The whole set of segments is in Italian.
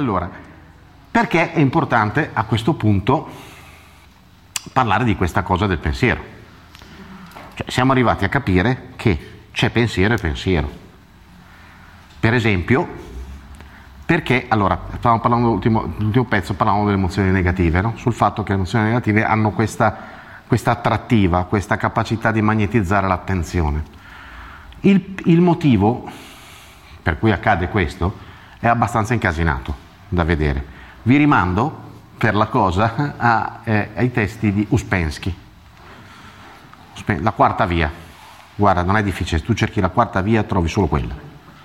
Allora, perché è importante a questo punto parlare di questa cosa del pensiero? Cioè, siamo arrivati a capire che c'è pensiero e pensiero. Per esempio, perché, allora, stavamo parlando l'ultimo pezzo, parlavamo delle emozioni negative, no? Sul fatto che le emozioni negative hanno questa attrattiva, questa capacità di magnetizzare l'attenzione. Il motivo per cui accade questo è abbastanza incasinato da vedere. Vi rimando per la cosa ai testi di Uspensky. La quarta via. Guarda, non è difficile, se tu cerchi la quarta via trovi solo quella.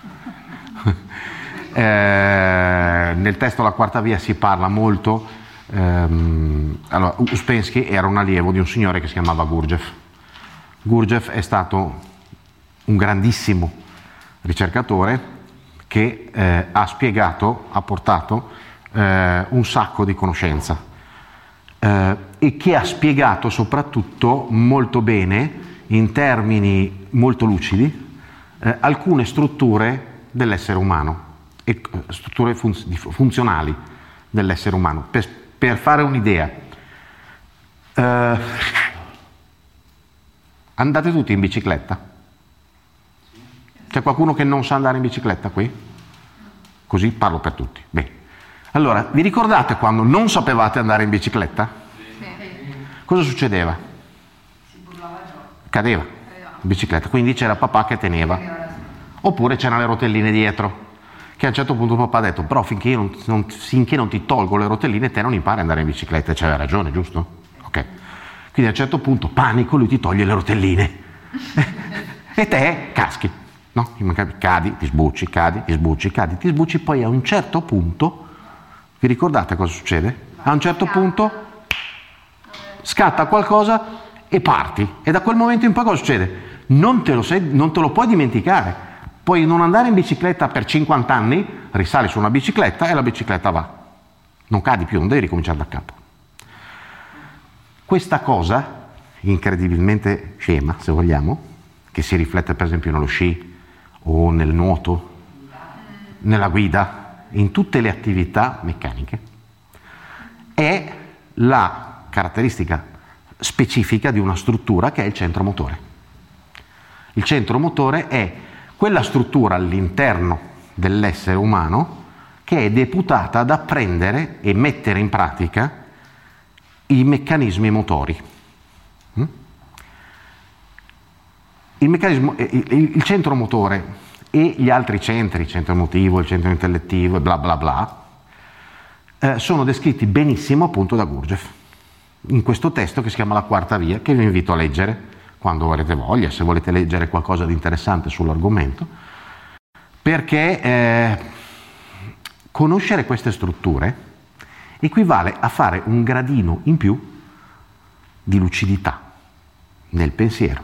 Nel testo La quarta via si parla molto. Allora, Uspensky era un allievo di un signore che si chiamava Gurdjieff. Gurdjieff è stato un grandissimo ricercatore che ha portato un sacco di conoscenza e che ha spiegato soprattutto molto bene, in termini molto lucidi, alcune strutture dell'essere umano e strutture funzionali dell'essere umano. Per fare un'idea, andate tutti in bicicletta? C'è qualcuno che non sa andare in bicicletta qui? Così parlo per tutti. Bene. Allora, vi ricordate quando non sapevate andare in bicicletta? Cosa succedeva? Cadeva in bicicletta, quindi c'era papà che teneva. Oppure c'erano le rotelline dietro, che a un certo punto papà ha detto: però finché non ti tolgo le rotelline te non impari ad andare in bicicletta. E c'aveva ragione, giusto? Ok. Quindi a un certo punto, panico, lui ti toglie le rotelline e te caschi, no? Cadi, ti sbucci, cadi, ti sbucci, cadi, ti sbucci. Poi a un certo punto, vi ricordate cosa succede? A un certo punto scatta qualcosa e parti, e da quel momento in poi cosa succede? Non te lo puoi dimenticare. Puoi non andare in bicicletta per 50 anni, risali su una bicicletta e la bicicletta va. Non cadi più, non devi ricominciare da capo. Questa cosa, incredibilmente scema, se vogliamo, che si riflette per esempio nello sci o nel nuoto, nella guida, in tutte le attività meccaniche, è la caratteristica specifica di una struttura che è il centro motore. Il centro motore è quella struttura all'interno dell'essere umano che è deputata ad apprendere e mettere in pratica i meccanismi motori. Il centro motore e gli altri centri, il centro emotivo, il centro intellettivo e bla bla bla, sono descritti benissimo appunto da Gurdjieff in questo testo che si chiama La quarta via, che vi invito a leggere quando avrete voglia, se volete leggere qualcosa di interessante sull'argomento, perché conoscere queste strutture equivale a fare un gradino in più di lucidità nel pensiero.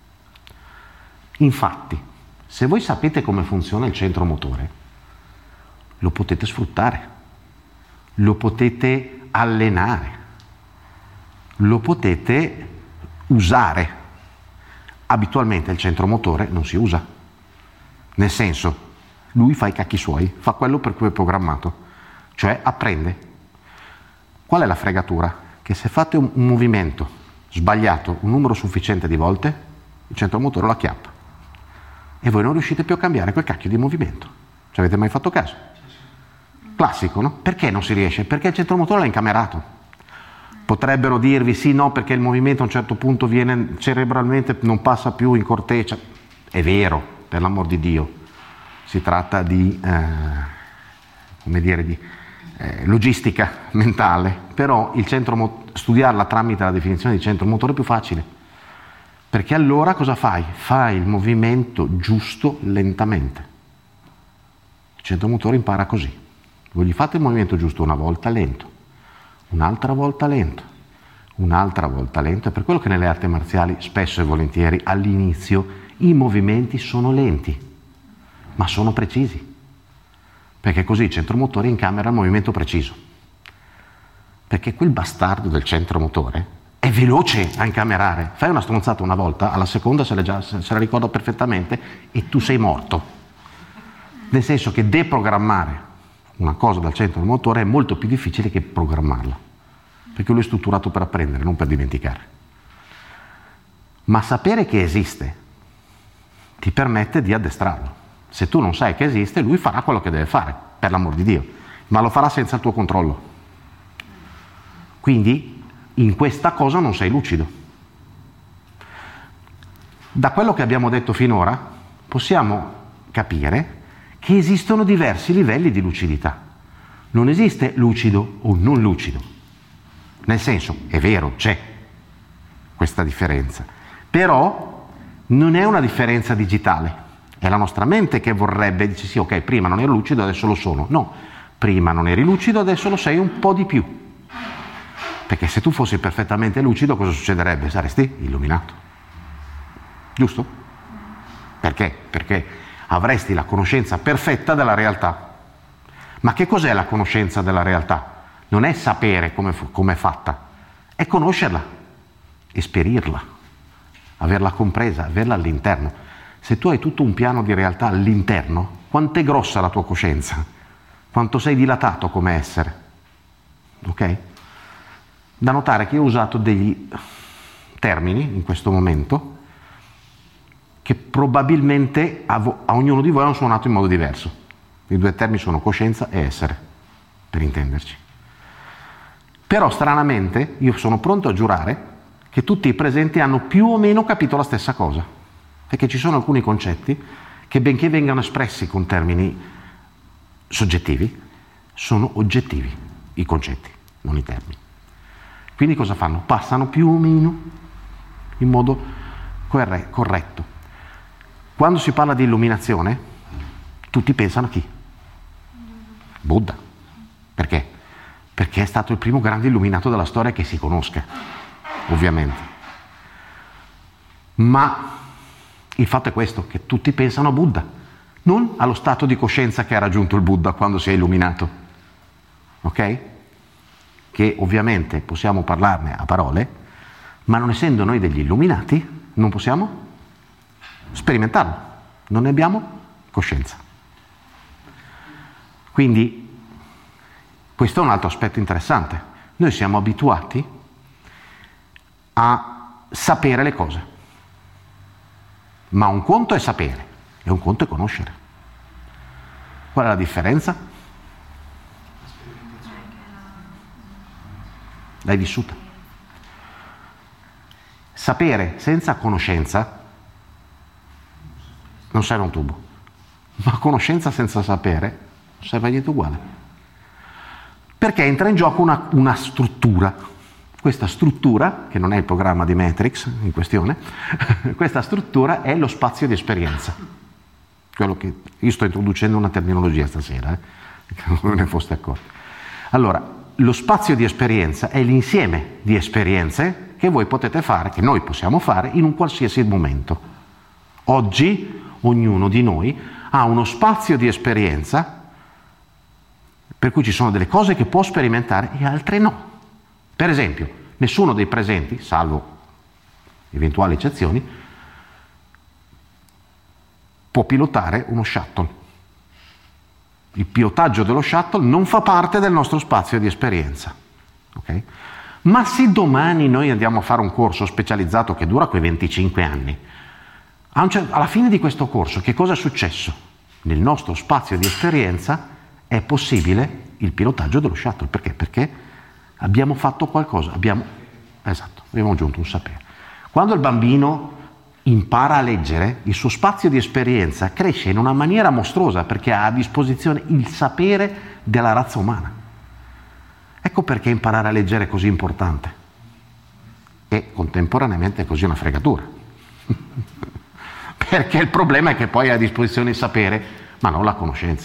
Infatti, se voi sapete come funziona il centro motore, lo potete sfruttare, lo potete allenare, lo potete usare. Abitualmente il centro motore non si usa, nel senso, lui fa i cacchi suoi, fa quello per cui è programmato, cioè apprende. Qual è la fregatura? Che se fate un movimento sbagliato un numero sufficiente di volte, il centro motore lo acchiappa e voi non riuscite più a cambiare quel cacchio di movimento. Ci avete mai fatto caso? Classico, no? Perché non si riesce? Perché il centro motore l'ha incamerato. Potrebbero dirvi sì, no, perché il movimento a un certo punto viene cerebralmente, non passa più in corteccia. È vero, per l'amor di Dio. Si tratta di, logistica mentale, però studiarla tramite la definizione di centro motore è più facile. Perché allora cosa fai? Fai il movimento giusto lentamente. Il centro motore impara così. Voi gli fate il movimento giusto una volta lento, un'altra volta lento, un'altra volta lento. È per quello che nelle arti marziali spesso e volentieri all'inizio i movimenti sono lenti, ma sono precisi, perché così il centro motore incamera il movimento preciso. Perché quel bastardo del centro motore è veloce a incamerare. Fai una stronzata una volta, alla seconda se la ricorda perfettamente e tu sei morto. Nel senso che deprogrammare una cosa dal centro motore è molto più difficile che programmarla, perché lui è strutturato per apprendere, non per dimenticare. Ma sapere che esiste ti permette di addestrarlo. Se tu non sai che esiste, lui farà quello che deve fare, per l'amor di Dio, ma lo farà senza il tuo controllo. Quindi in questa cosa non sei lucido. Da quello che abbiamo detto finora possiamo capire che esistono diversi livelli di lucidità. Non esiste lucido o non lucido. Nel senso, è vero, c'è questa differenza, però non è una differenza digitale. È la nostra mente che vorrebbe, dice sì, ok, prima non ero lucido, adesso lo sono. No, prima non eri lucido, adesso lo sei un po' di più. Perché se tu fossi perfettamente lucido, cosa succederebbe? Saresti illuminato. Giusto? Perché? Perché avresti la conoscenza perfetta della realtà. Ma che cos'è la conoscenza della realtà? Non è sapere come è fatta, è conoscerla, esperirla, averla compresa, averla all'interno. Se tu hai tutto un piano di realtà all'interno, quanto è grossa la tua coscienza? Quanto sei dilatato come essere? Ok? Da notare che io ho usato degli termini in questo momento che probabilmente a ognuno di voi hanno suonato in modo diverso. I due termini sono coscienza e essere, per intenderci. Però stranamente io sono pronto a giurare che tutti i presenti hanno più o meno capito la stessa cosa, perché ci sono alcuni concetti che, benché vengano espressi con termini soggettivi, sono oggettivi, i concetti, non i termini. Quindi cosa fanno? Passano più o meno in modo corretto. Quando si parla di illuminazione, tutti pensano a chi? Buddha. Perché? Perché è stato il primo grande illuminato della storia che si conosca, ovviamente. Ma il fatto è questo, che tutti pensano a Buddha, non allo stato di coscienza che ha raggiunto il Buddha quando si è illuminato. Ok? Che ovviamente possiamo parlarne a parole, ma non essendo noi degli illuminati, non possiamo sperimentarlo, non ne abbiamo coscienza. Quindi questo è un altro aspetto interessante. Noi siamo abituati a sapere le cose, ma un conto è sapere e un conto è conoscere. Qual è la differenza? L'hai vissuta. Sapere senza conoscenza non serve un tubo, ma conoscenza senza sapere non serve niente uguale. Perché entra in gioco una struttura. Questa struttura, che non è il programma di Matrix in questione, questa struttura è lo spazio di esperienza. Quello che io sto introducendo una terminologia stasera, che non ve ne foste accorti. Allora, lo spazio di esperienza è l'insieme di esperienze che voi potete fare, che noi possiamo fare in un qualsiasi momento. Oggi ognuno di noi ha uno spazio di esperienza per cui ci sono delle cose che può sperimentare e altre no. Per esempio, nessuno dei presenti, salvo eventuali eccezioni, può pilotare uno shuttle. Il pilotaggio dello shuttle non fa parte del nostro spazio di esperienza. Okay? Ma se domani noi andiamo a fare un corso specializzato che dura quei 25 anni, alla fine di questo corso che cosa è successo? Nel nostro spazio di esperienza è possibile il pilotaggio dello shuttle. Perché? Perché abbiamo fatto qualcosa, abbiamo aggiunto un sapere. Quando il bambino impara a leggere, il suo spazio di esperienza cresce in una maniera mostruosa perché ha a disposizione il sapere della razza umana. Ecco perché imparare a leggere è così importante e contemporaneamente è così una fregatura. Perché il problema è che poi ha a disposizione il sapere, ma non la conoscenza.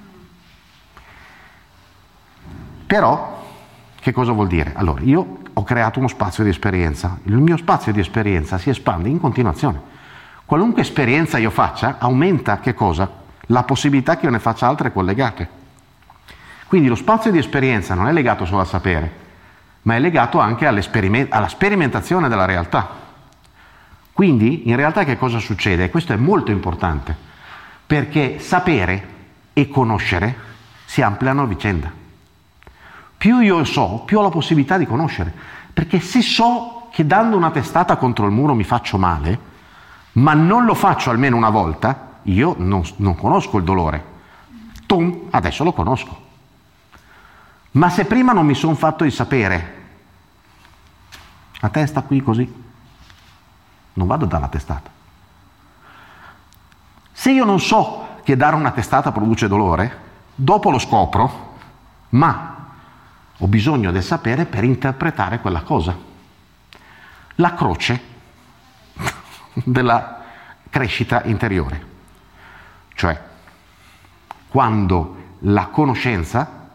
Però, che cosa vuol dire? Allora, io ho creato uno spazio di esperienza. Il mio spazio di esperienza si espande in continuazione. Qualunque esperienza io faccia, aumenta che cosa? La possibilità che io ne faccia altre collegate. Quindi lo spazio di esperienza non è legato solo al sapere, ma è legato anche alla sperimentazione della realtà. Quindi, in realtà, che cosa succede? Questo è molto importante, perché sapere e conoscere si ampliano a vicenda. Più io so, più ho la possibilità di conoscere, perché se so che dando una testata contro il muro mi faccio male, ma non lo faccio almeno una volta, io non conosco il dolore. Adesso lo conosco. Ma se prima non mi sono fatto di sapere, la testa qui così, non vado a dare la testata. Se io non so che dare una testata produce dolore, dopo lo scopro, ma ho bisogno del sapere per interpretare quella cosa. La croce della crescita interiore, cioè quando la conoscenza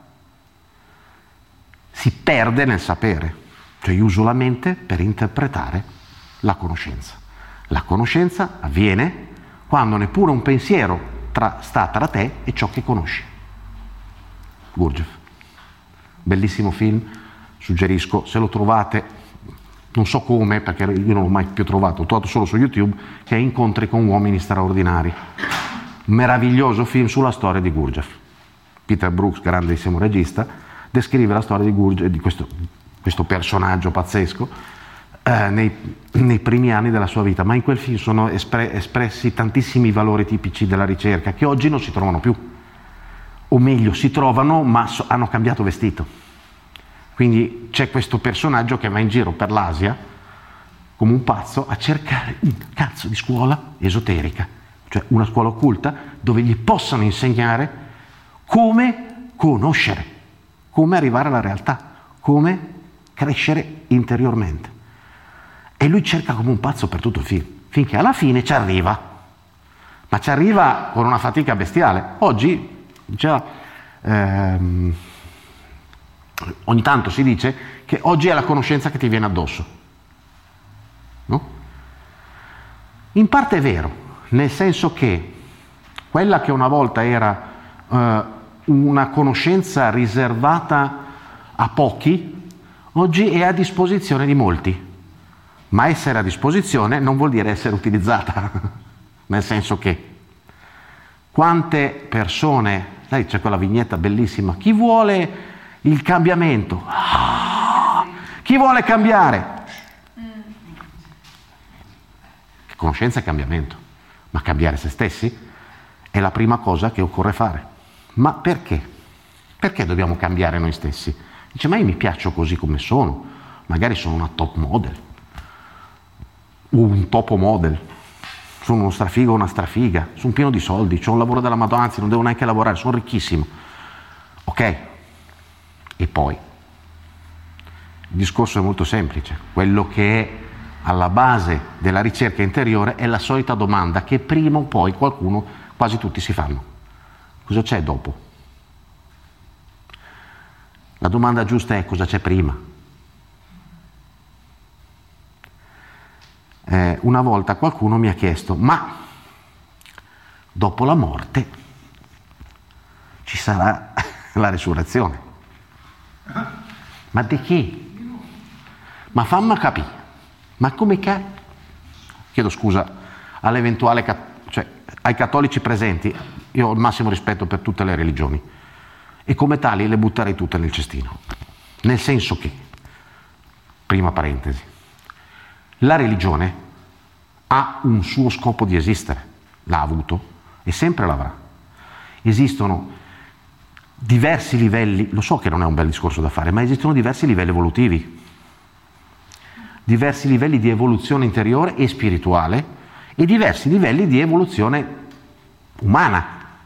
si perde nel sapere, cioè io uso la mente per interpretare la conoscenza. La conoscenza avviene quando neppure un pensiero sta tra te e ciò che conosci. Gurdjieff, bellissimo film, suggerisco, se lo trovate, non so come perché io non l'ho mai più trovato, l'ho trovato solo su YouTube, che è Incontri con uomini straordinari. Meraviglioso film sulla storia di Gurdjieff. Peter Brooks, grandissimo regista, descrive la storia di Gurdjieff, di questo personaggio pazzesco, nei primi anni della sua vita, ma in quel film sono espressi tantissimi valori tipici della ricerca che oggi non si trovano più, o meglio si trovano ma hanno cambiato vestito. Quindi c'è questo personaggio che va in giro per l'Asia come un pazzo a cercare una cazzo di scuola esoterica, cioè una scuola occulta dove gli possano insegnare come conoscere, come arrivare alla realtà, come crescere interiormente. E lui cerca come un pazzo per tutto il film, finché alla fine ci arriva, ma ci arriva con una fatica bestiale. Oggi già ogni tanto si dice che oggi è la conoscenza che ti viene addosso, no? In parte è vero, nel senso che quella che una volta era una conoscenza riservata a pochi, oggi è a disposizione di molti. Ma essere a disposizione non vuol dire essere utilizzata, nel senso che quante persone, sai, c'è quella vignetta bellissima, chi vuole il cambiamento? Chi vuole cambiare? Conoscenza e cambiamento, ma cambiare se stessi è la prima cosa che occorre fare. Ma perché? Perché dobbiamo cambiare noi stessi? Dice, ma io mi piaccio così come sono, magari sono una top model, un topo model, sono uno strafigo o una strafiga, sono pieno di soldi, ho un lavoro della Madonna, anzi non devo neanche lavorare, sono ricchissimo. Ok, e poi il discorso è molto semplice, quello che è alla base della ricerca interiore è la solita domanda che prima o poi qualcuno, quasi tutti si fanno: cosa c'è dopo? La domanda giusta è: cosa c'è prima? Una volta qualcuno mi ha chiesto: ma dopo la morte ci sarà la resurrezione? Ma di che? Ma fammi capire, ma come che? Chiedo scusa all'eventuale, cioè ai cattolici presenti, io ho il massimo rispetto per tutte le religioni e come tali le butterei tutte nel cestino, nel senso che, prima parentesi, la religione ha un suo scopo di esistere, l'ha avuto e sempre l'avrà. Esistono diversi livelli, lo so che non è un bel discorso da fare, ma esistono diversi livelli evolutivi, diversi livelli di evoluzione interiore e spirituale e diversi livelli di evoluzione umana.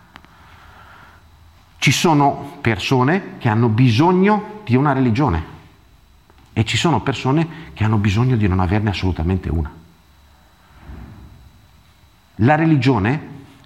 Ci sono persone che hanno bisogno di una religione e ci sono persone che hanno bisogno di non averne assolutamente una. La religione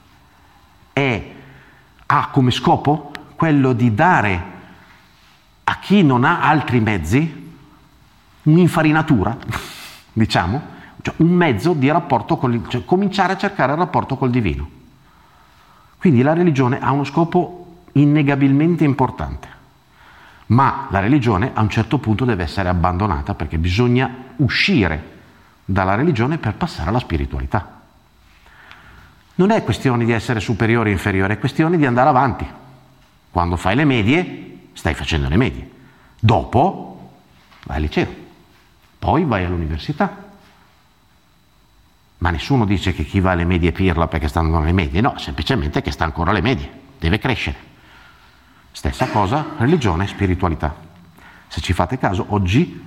ha come scopo quello di dare a chi non ha altri mezzi un'infarinatura, diciamo, cioè un mezzo di rapporto cioè cominciare a cercare il rapporto col divino. Quindi la religione ha uno scopo innegabilmente importante, ma la religione a un certo punto deve essere abbandonata perché bisogna uscire dalla religione per passare alla spiritualità. Non è questione di essere superiore o inferiore, è questione di andare avanti. Quando fai le medie, stai facendo le medie. Dopo vai al liceo, poi vai all'università. Ma nessuno dice che chi va alle medie pirla perché sta andando alle medie, no, semplicemente che sta ancora alle medie, deve crescere. Stessa cosa, religione e spiritualità. Se ci fate caso, oggi,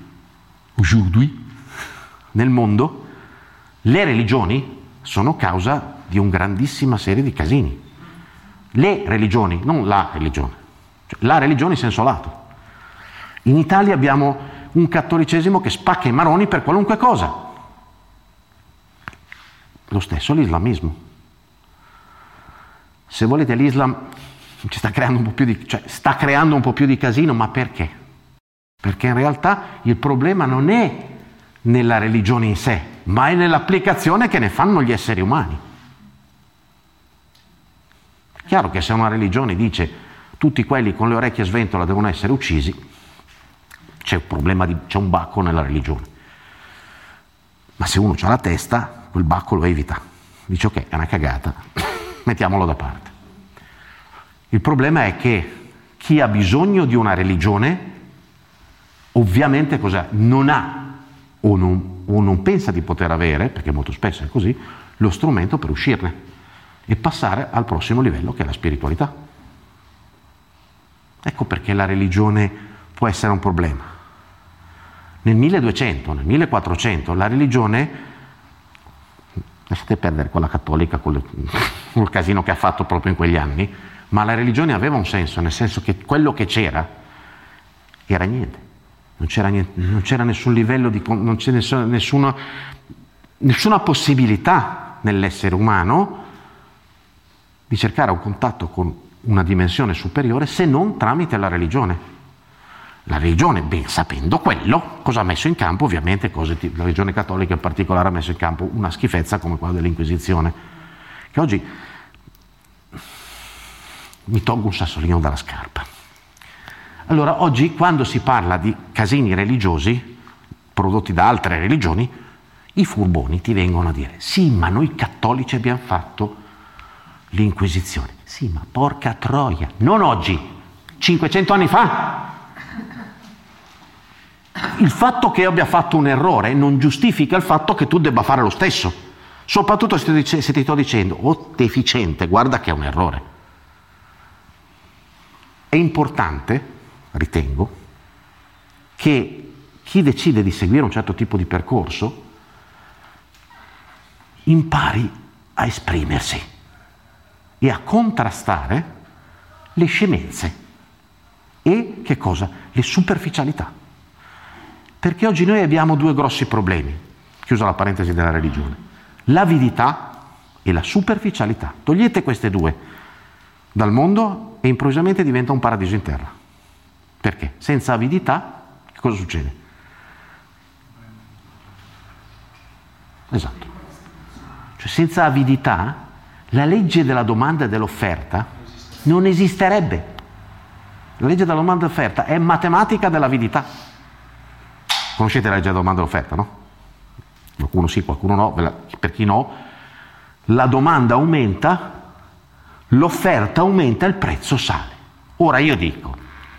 nel mondo, le religioni sono causa di una grandissima serie di casini. Le religioni, non la religione, cioè la religione in senso lato. In Italia abbiamo un cattolicesimo che spacca i maroni per qualunque cosa. Lo stesso l'islamismo. Se volete, l'Islam ci sta creando un po' più di, cioè sta creando un po' più di casino, ma perché? Perché in realtà il problema non è nella religione in sé, ma è nell'applicazione che ne fanno gli esseri umani. È chiaro che se una religione dice tutti quelli con le orecchie a sventola devono essere uccisi, c'è un problema, c'è un bacco nella religione. Ma se uno ha la testa, quel bacco lo evita. Dice ok, è una cagata, mettiamolo da parte. Il problema è che chi ha bisogno di una religione, ovviamente non ha o non pensa di poter avere, perché molto spesso è così, lo strumento per uscirne e passare al prossimo livello, che è la spiritualità. Ecco perché la religione può essere un problema. Nel 1200, nel 1400, la religione, lasciate perdere quella cattolica, col casino che ha fatto proprio in quegli anni, ma la religione aveva un senso, nel senso che quello che c'era era niente. Non c'era nessun livello non c'è nessuna possibilità nell'essere umano di cercare un contatto con una dimensione superiore se non tramite la religione. La religione, ben sapendo quello, cosa ha messo in campo? Ovviamente la religione cattolica in particolare ha messo in campo una schifezza come quella dell'Inquisizione, che oggi mi tolgo un sassolino dalla scarpa. Allora, oggi quando si parla di casini religiosi prodotti da altre religioni, i furboni ti vengono a dire sì, ma noi cattolici abbiamo fatto l'Inquisizione. Sì, ma porca troia, non oggi, 500 anni fa. Il fatto che io abbia fatto un errore non giustifica il fatto che tu debba fare lo stesso, soprattutto se ti sto dicendo oh deficiente, guarda che è un errore. È importante, ritengo, che chi decide di seguire un certo tipo di percorso impari a esprimersi e a contrastare le scemenze e che cosa? Le superficialità. Perché oggi noi abbiamo due grossi problemi, chiusa la parentesi della religione, l'avidità e la superficialità. Togliete queste due dal mondo e improvvisamente diventa un paradiso in terra. Perché? Senza avidità, che cosa succede? Esatto. Cioè senza avidità, la legge della domanda e dell'offerta non esisterebbe. La legge della domanda e dell'offerta è matematica dell'avidità. Conoscete la legge della domanda e dell'offerta, no? Qualcuno sì, qualcuno no. Per chi no, la domanda aumenta, l'offerta aumenta, il prezzo sale. Ora io dico,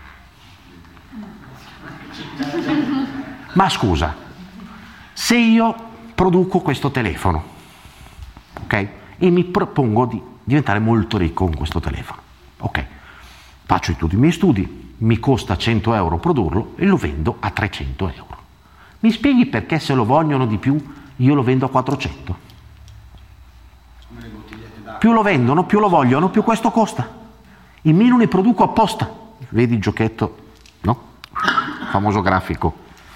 ma scusa, se io produco questo telefono, ok? E mi propongo di diventare molto ricco con questo telefono, ok? Faccio tutti i miei studi, mi costa 100 euro produrlo e lo vendo a 300 euro. Mi spieghi perché se lo vogliono di più io lo vendo a 400? Più lo vendono, più lo vogliono, più questo costa. In meno ne produco apposta. Vedi il giochetto, no? Il famoso grafico.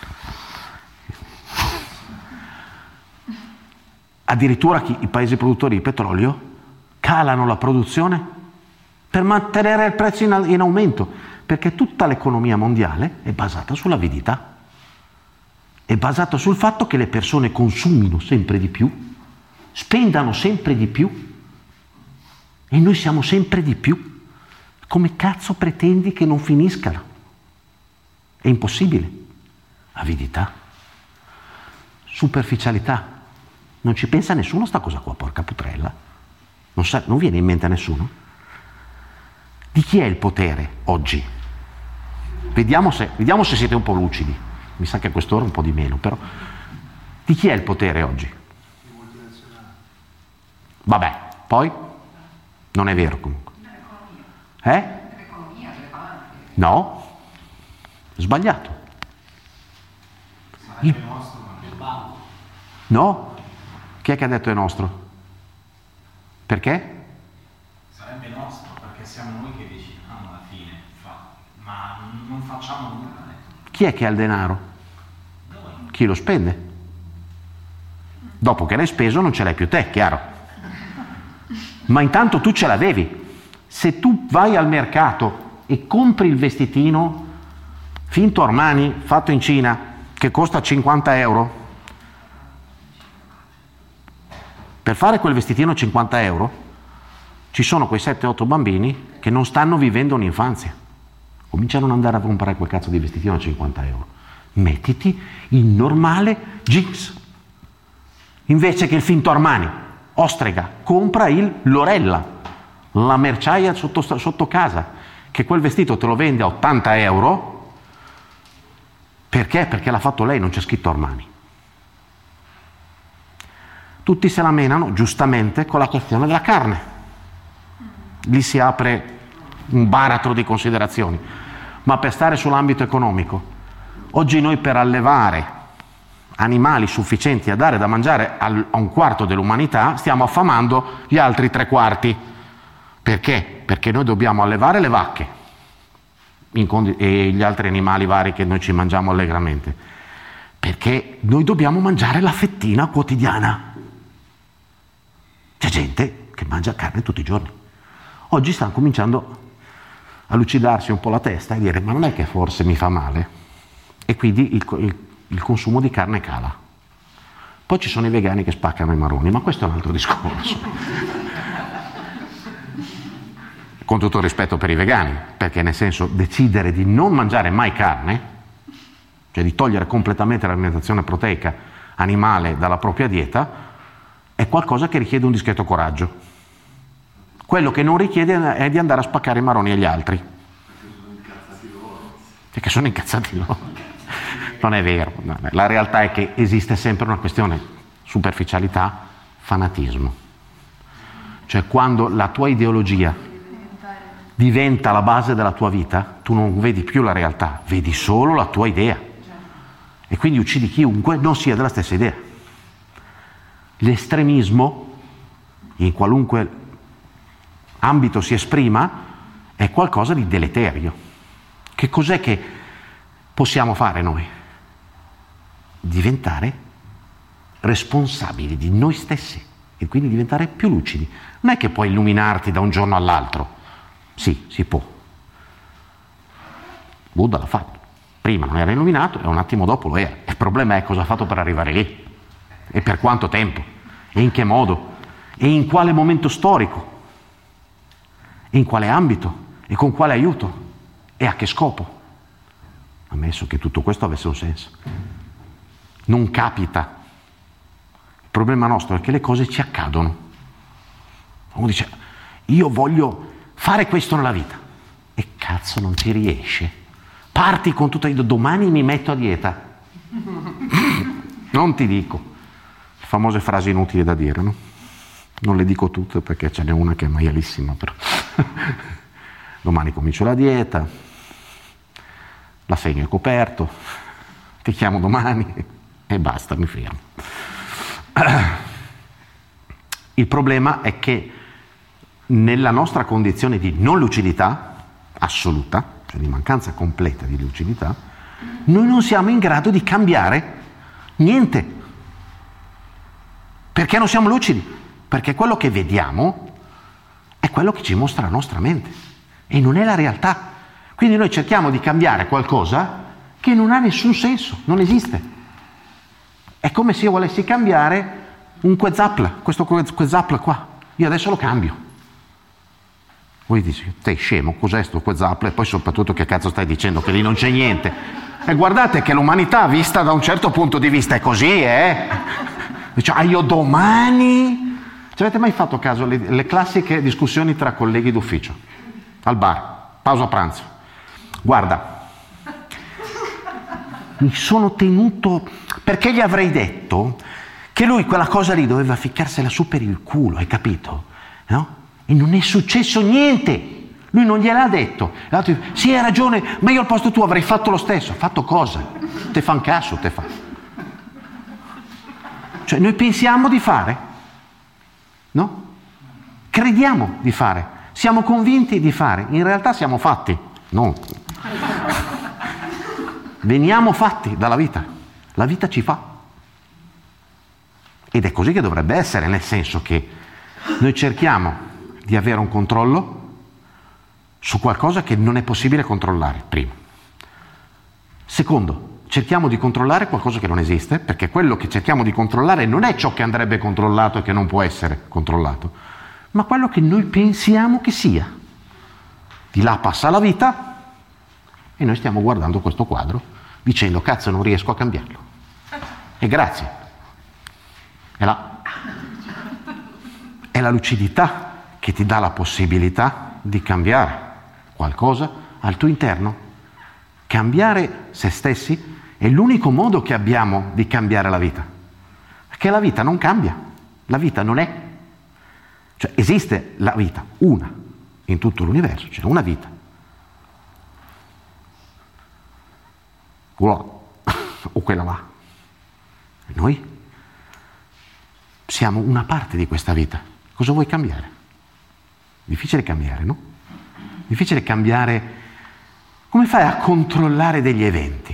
Addirittura i paesi produttori di petrolio calano la produzione per mantenere il prezzo in aumento, perché tutta l'economia mondiale è basata sull'avidità. È basato sul fatto che le persone consumino sempre di più, spendano sempre di più e noi siamo sempre di più. Come cazzo pretendi che non finiscano? È impossibile. Avidità, superficialità. Non ci pensa nessuno sta cosa qua, porca putrella. Non viene in mente a nessuno. Di chi è il potere oggi? Vediamo se siete un po' lucidi. Mi sa che a quest'ora un po' di meno, però. Di chi è il potere oggi? Vabbè, poi? Non è vero comunque. No, sbagliato. No? Chi è che ha detto è nostro? Perché? Sarebbe nostro, perché siamo noi che decidiamo alla fine, ma non facciamo nulla. Chi è che ha il denaro? Noi. Chi lo spende? Dopo che l'hai speso non ce l'hai più te, chiaro. Ma intanto tu ce l'avevi. Se tu vai al mercato e compri il vestitino finto Armani, fatto in Cina, che costa 50 euro, per fare quel vestitino a 50 euro ci sono quei 7-8 bambini che non stanno vivendo un'infanzia. Cominciano ad andare a comprare quel cazzo di vestitino a 50 euro. Mettiti il normale jeans. Invece che il finto Armani, ostrega, compra il Lorella, la merciaia sotto casa, che quel vestito te lo vende a 80 euro. Perché? Perché l'ha fatto lei, non c'è scritto Armani. Tutti se la menano, giustamente, con la questione della carne. Lì si apre un baratro di considerazioni. Ma per stare sull'ambito economico, oggi noi per allevare animali sufficienti a dare da mangiare a un quarto dell'umanità stiamo affamando gli altri 3/4. Perché? Perché noi dobbiamo allevare le vacche e gli altri animali vari che noi ci mangiamo allegramente. Perché noi dobbiamo mangiare la fettina quotidiana. C'è gente che mangia carne tutti i giorni. Oggi stanno cominciando a lucidarsi un po' la testa e dire ma non è che forse mi fa male? E quindi il consumo di carne cala. Poi ci sono i vegani che spaccano i maroni, ma questo è un altro discorso. Con tutto il rispetto per i vegani, perché nel senso decidere di non mangiare mai carne, cioè di togliere completamente l'alimentazione proteica animale dalla propria dieta, è qualcosa che richiede un discreto coraggio. Quello che non richiede è di andare a spaccare i maroni agli altri. Perché sono incazzati loro. Non è vero. La realtà è che esiste sempre una questione superficialità, fanatismo. Cioè quando la tua ideologia diventa la base della tua vita, tu non vedi più la realtà, vedi solo la tua idea. E quindi uccidi chiunque non sia della stessa idea. L'estremismo, in qualunque ambito si esprima, è qualcosa di deleterio. Che cos'è che possiamo fare noi? Diventare responsabili di noi stessi e quindi diventare più lucidi. Non è che puoi illuminarti da un giorno all'altro. Sì, si può. Buddha l'ha fatto. Prima non era illuminato e un attimo dopo lo era. Il problema è cosa ha fatto per arrivare lì. E per quanto tempo? E in che modo? E in quale momento storico? E in quale ambito? E con quale aiuto? E a che scopo? Ammesso che tutto questo avesse un senso. Non capita. Il problema nostro è che le cose ci accadono. Uno dice, io voglio fare questo nella vita. E cazzo non ci riesce. Parti con tutto, domani mi metto a dieta. Non ti dico. Famose frasi inutili da dire, no? Non le dico tutte perché ce n'è una che è maialissima, però. Domani comincio la dieta, l'assegno è coperto, ti chiamo domani e basta, mi fermo. Il problema è che nella nostra condizione di non lucidità assoluta, cioè di mancanza completa di lucidità, noi non siamo in grado di cambiare niente. Perché non siamo lucidi? Perché quello che vediamo è quello che ci mostra la nostra mente e non è la realtà. Quindi noi cerchiamo di cambiare qualcosa che non ha nessun senso, non esiste. È come se io volessi cambiare un quetzapla, questo quetzapla qua. Io adesso lo cambio. Voi dici, sei scemo, cos'è sto quetzapla? E poi soprattutto che cazzo stai dicendo? Che lì non c'è niente. E guardate che l'umanità vista da un certo punto di vista è così, Dice, io domani... Ci avete mai fatto caso le classiche discussioni tra colleghi d'ufficio? al bar, pausa pranzo. Guarda, mi sono tenuto, perché gli avrei detto che lui quella cosa lì doveva ficcarsela su per il culo, hai capito? No? E non è successo niente. Lui non gliel'ha detto. L'altro dice, sì, hai ragione, ma io al posto tuo avrei fatto lo stesso. Fatto cosa? Te fa un cazzo, te fa. Cioè, noi pensiamo di fare, no? Crediamo di fare, siamo convinti di fare, in realtà siamo fatti, no. Veniamo fatti dalla vita, la vita ci fa. Ed è così che dovrebbe essere, nel senso che noi cerchiamo di avere un controllo su qualcosa che non è possibile controllare, primo. Secondo, cerchiamo di controllare qualcosa che non esiste, perché quello che cerchiamo di controllare non è ciò che andrebbe controllato e che non può essere controllato, ma quello che noi pensiamo che sia. Di là passa la vita e noi stiamo guardando questo quadro dicendo cazzo non riesco a cambiarlo. E grazie. È la lucidità che ti dà la possibilità di cambiare qualcosa al tuo interno. Cambiare se stessi è l'unico modo che abbiamo di cambiare la vita, perché la vita non cambia, la vita non è, cioè esiste la vita, una, in tutto l'universo, c'è una vita. O quella là. E noi siamo una parte di questa vita. Cosa vuoi cambiare? Difficile cambiare, no? Difficile cambiare. Come fai a controllare degli eventi?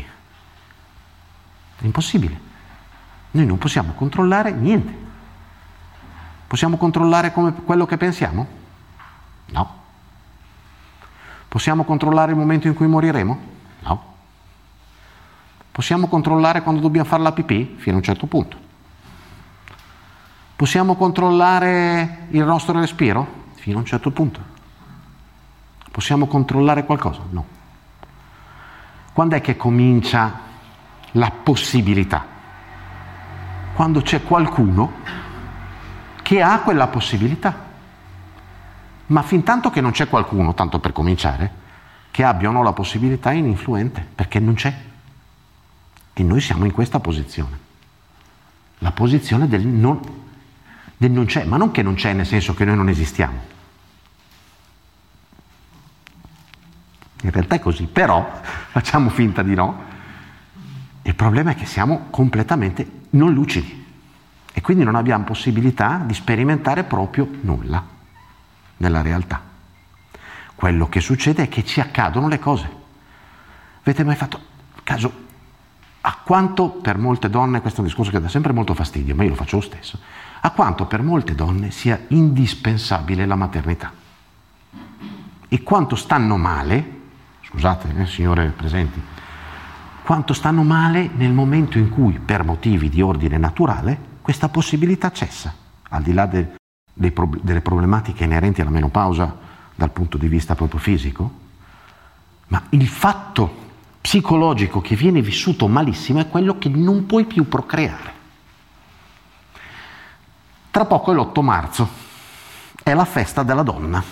È impossibile. Noi non possiamo controllare niente. Possiamo controllare quello che pensiamo? No. Possiamo controllare il momento in cui moriremo? No. Possiamo controllare quando dobbiamo fare la pipì? Fino a un certo punto. Possiamo controllare il nostro respiro? Fino a un certo punto. Possiamo controllare qualcosa? No. Quando è che comincia la possibilità? Quando c'è qualcuno che ha quella possibilità. Ma fin tanto che non c'è qualcuno, tanto per cominciare, che abbiano la possibilità è ininfluente, perché non c'è. E noi siamo in questa posizione. La posizione del non c'è, ma non che non c'è nel senso che noi non esistiamo. In realtà è così, però facciamo finta di no. Il problema è che siamo completamente non lucidi e quindi non abbiamo possibilità di sperimentare proprio nulla nella realtà. Quello che succede è che ci accadono le cose. Avete mai fatto caso a quanto per molte donne, questo è un discorso che dà sempre molto fastidio, ma io lo faccio lo stesso, a quanto per molte donne sia indispensabile la maternità e quanto stanno male, scusate signore presenti, quanto stanno male nel momento in cui per motivi di ordine naturale questa possibilità cessa, al di là delle problematiche inerenti alla menopausa dal punto di vista proprio fisico, ma il fatto psicologico che viene vissuto malissimo è quello che non puoi più procreare. Tra poco è l'8 marzo, è la festa della donna.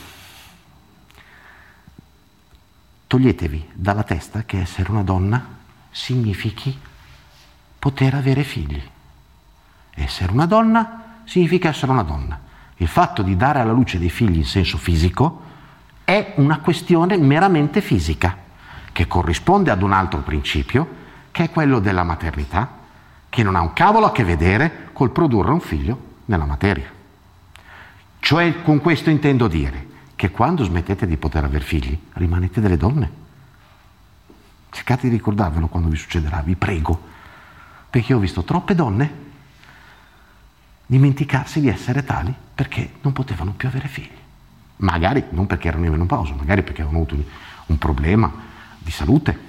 Toglietevi dalla testa che essere una donna significhi poter avere figli. Essere una donna significa essere una donna. Il fatto di dare alla luce dei figli in senso fisico è una questione meramente fisica, che corrisponde ad un altro principio, che è quello della maternità, che non ha un cavolo a che vedere col produrre un figlio nella materia. Cioè, con questo intendo dire che quando smettete di poter avere figli, rimanete delle donne. Cercate di ricordarvelo quando vi succederà, vi prego, perché ho visto troppe donne dimenticarsi di essere tali perché non potevano più avere figli. Magari non perché erano in menopausa, magari perché avevano avuto un problema di salute.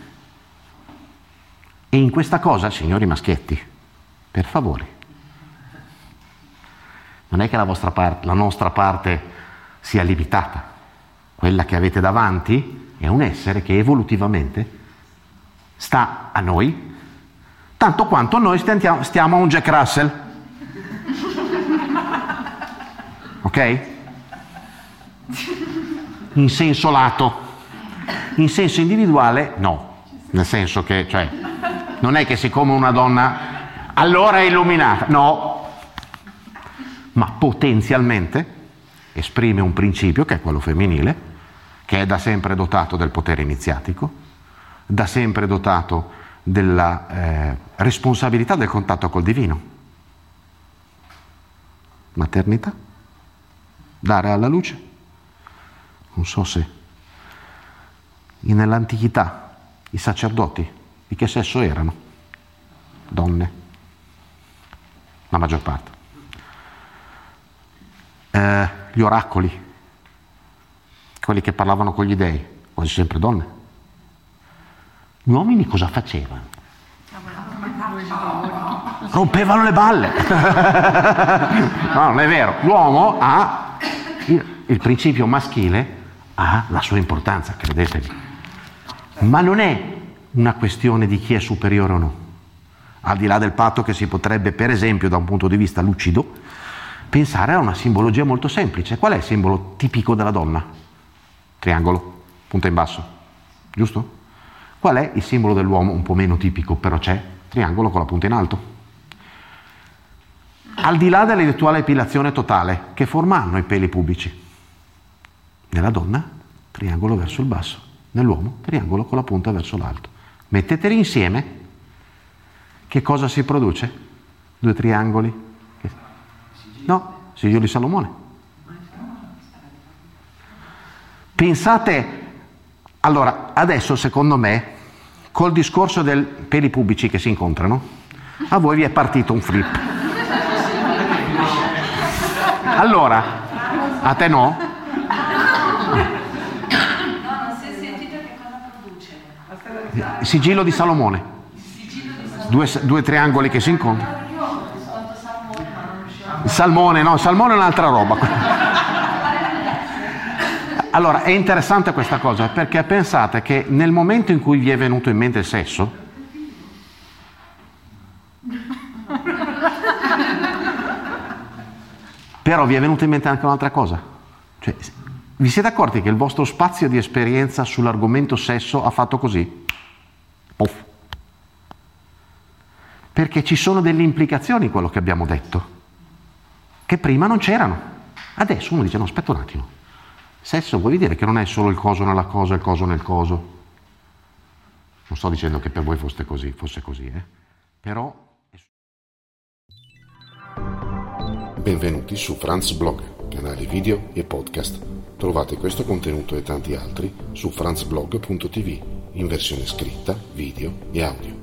E in questa cosa, signori maschietti, per favore, non è che la nostra parte sia limitata. Quella che avete davanti è un essere che evolutivamente sta a noi tanto quanto noi stiamo a un Jack Russell. Ok? in senso lato. In senso individuale no, nel senso che, cioè, non è che siccome una donna allora è illuminata, no, ma potenzialmente esprime un principio che è quello femminile, che è da sempre dotato del potere iniziatico, da sempre dotato della responsabilità del contatto col divino. Maternità, dare alla luce. Non so se nell'antichità i sacerdoti di che sesso erano? Donne, la maggior parte. Gli oracoli, quelli che parlavano con gli dei, quasi sempre donne. Gli uomini cosa facevano? Rompevano le balle. No, non è vero. L'uomo ha il principio maschile, ha la sua importanza, credetemi. Ma non è una questione di chi è superiore o no. Al di là del fatto che si potrebbe, per esempio, da un punto di vista lucido, pensare a una simbologia molto semplice. Qual è il simbolo tipico della donna? Triangolo, punta in basso, giusto? Qual è il simbolo dell'uomo? Un po' meno tipico, però c'è, triangolo con la punta in alto. Al di là dell'eventuale epilazione totale, che forma hanno i peli pubici? Nella donna, triangolo verso il basso. Nell'uomo, triangolo con la punta verso l'alto. Metteteli insieme, che cosa si produce? Due triangoli. No, Sigillo di Salomone. Pensate, allora, adesso secondo me, col discorso del peli pubici che si incontrano, a voi vi è partito un flip. Allora, a te no? Il sigillo di Salomone. Due triangoli che si incontrano. Il salmone, no, il salmone è un'altra roba. Allora, è interessante questa cosa, perché pensate che nel momento in cui vi è venuto in mente il sesso, però vi è venuta in mente anche un'altra cosa. Cioè, vi siete accorti che il vostro spazio di esperienza sull'argomento sesso ha fatto così? Puff. Perché ci sono delle implicazioni in quello che abbiamo detto, che prima non c'erano. Adesso uno dice, no, aspetta un attimo. Sesso vuol dire che non è solo il coso nella cosa, il coso nel coso. Non sto dicendo che per voi fosse così, Però... Benvenuti su Franz Blog, canale video e podcast. Trovate questo contenuto e tanti altri su franzblog.tv in versione scritta, video e audio.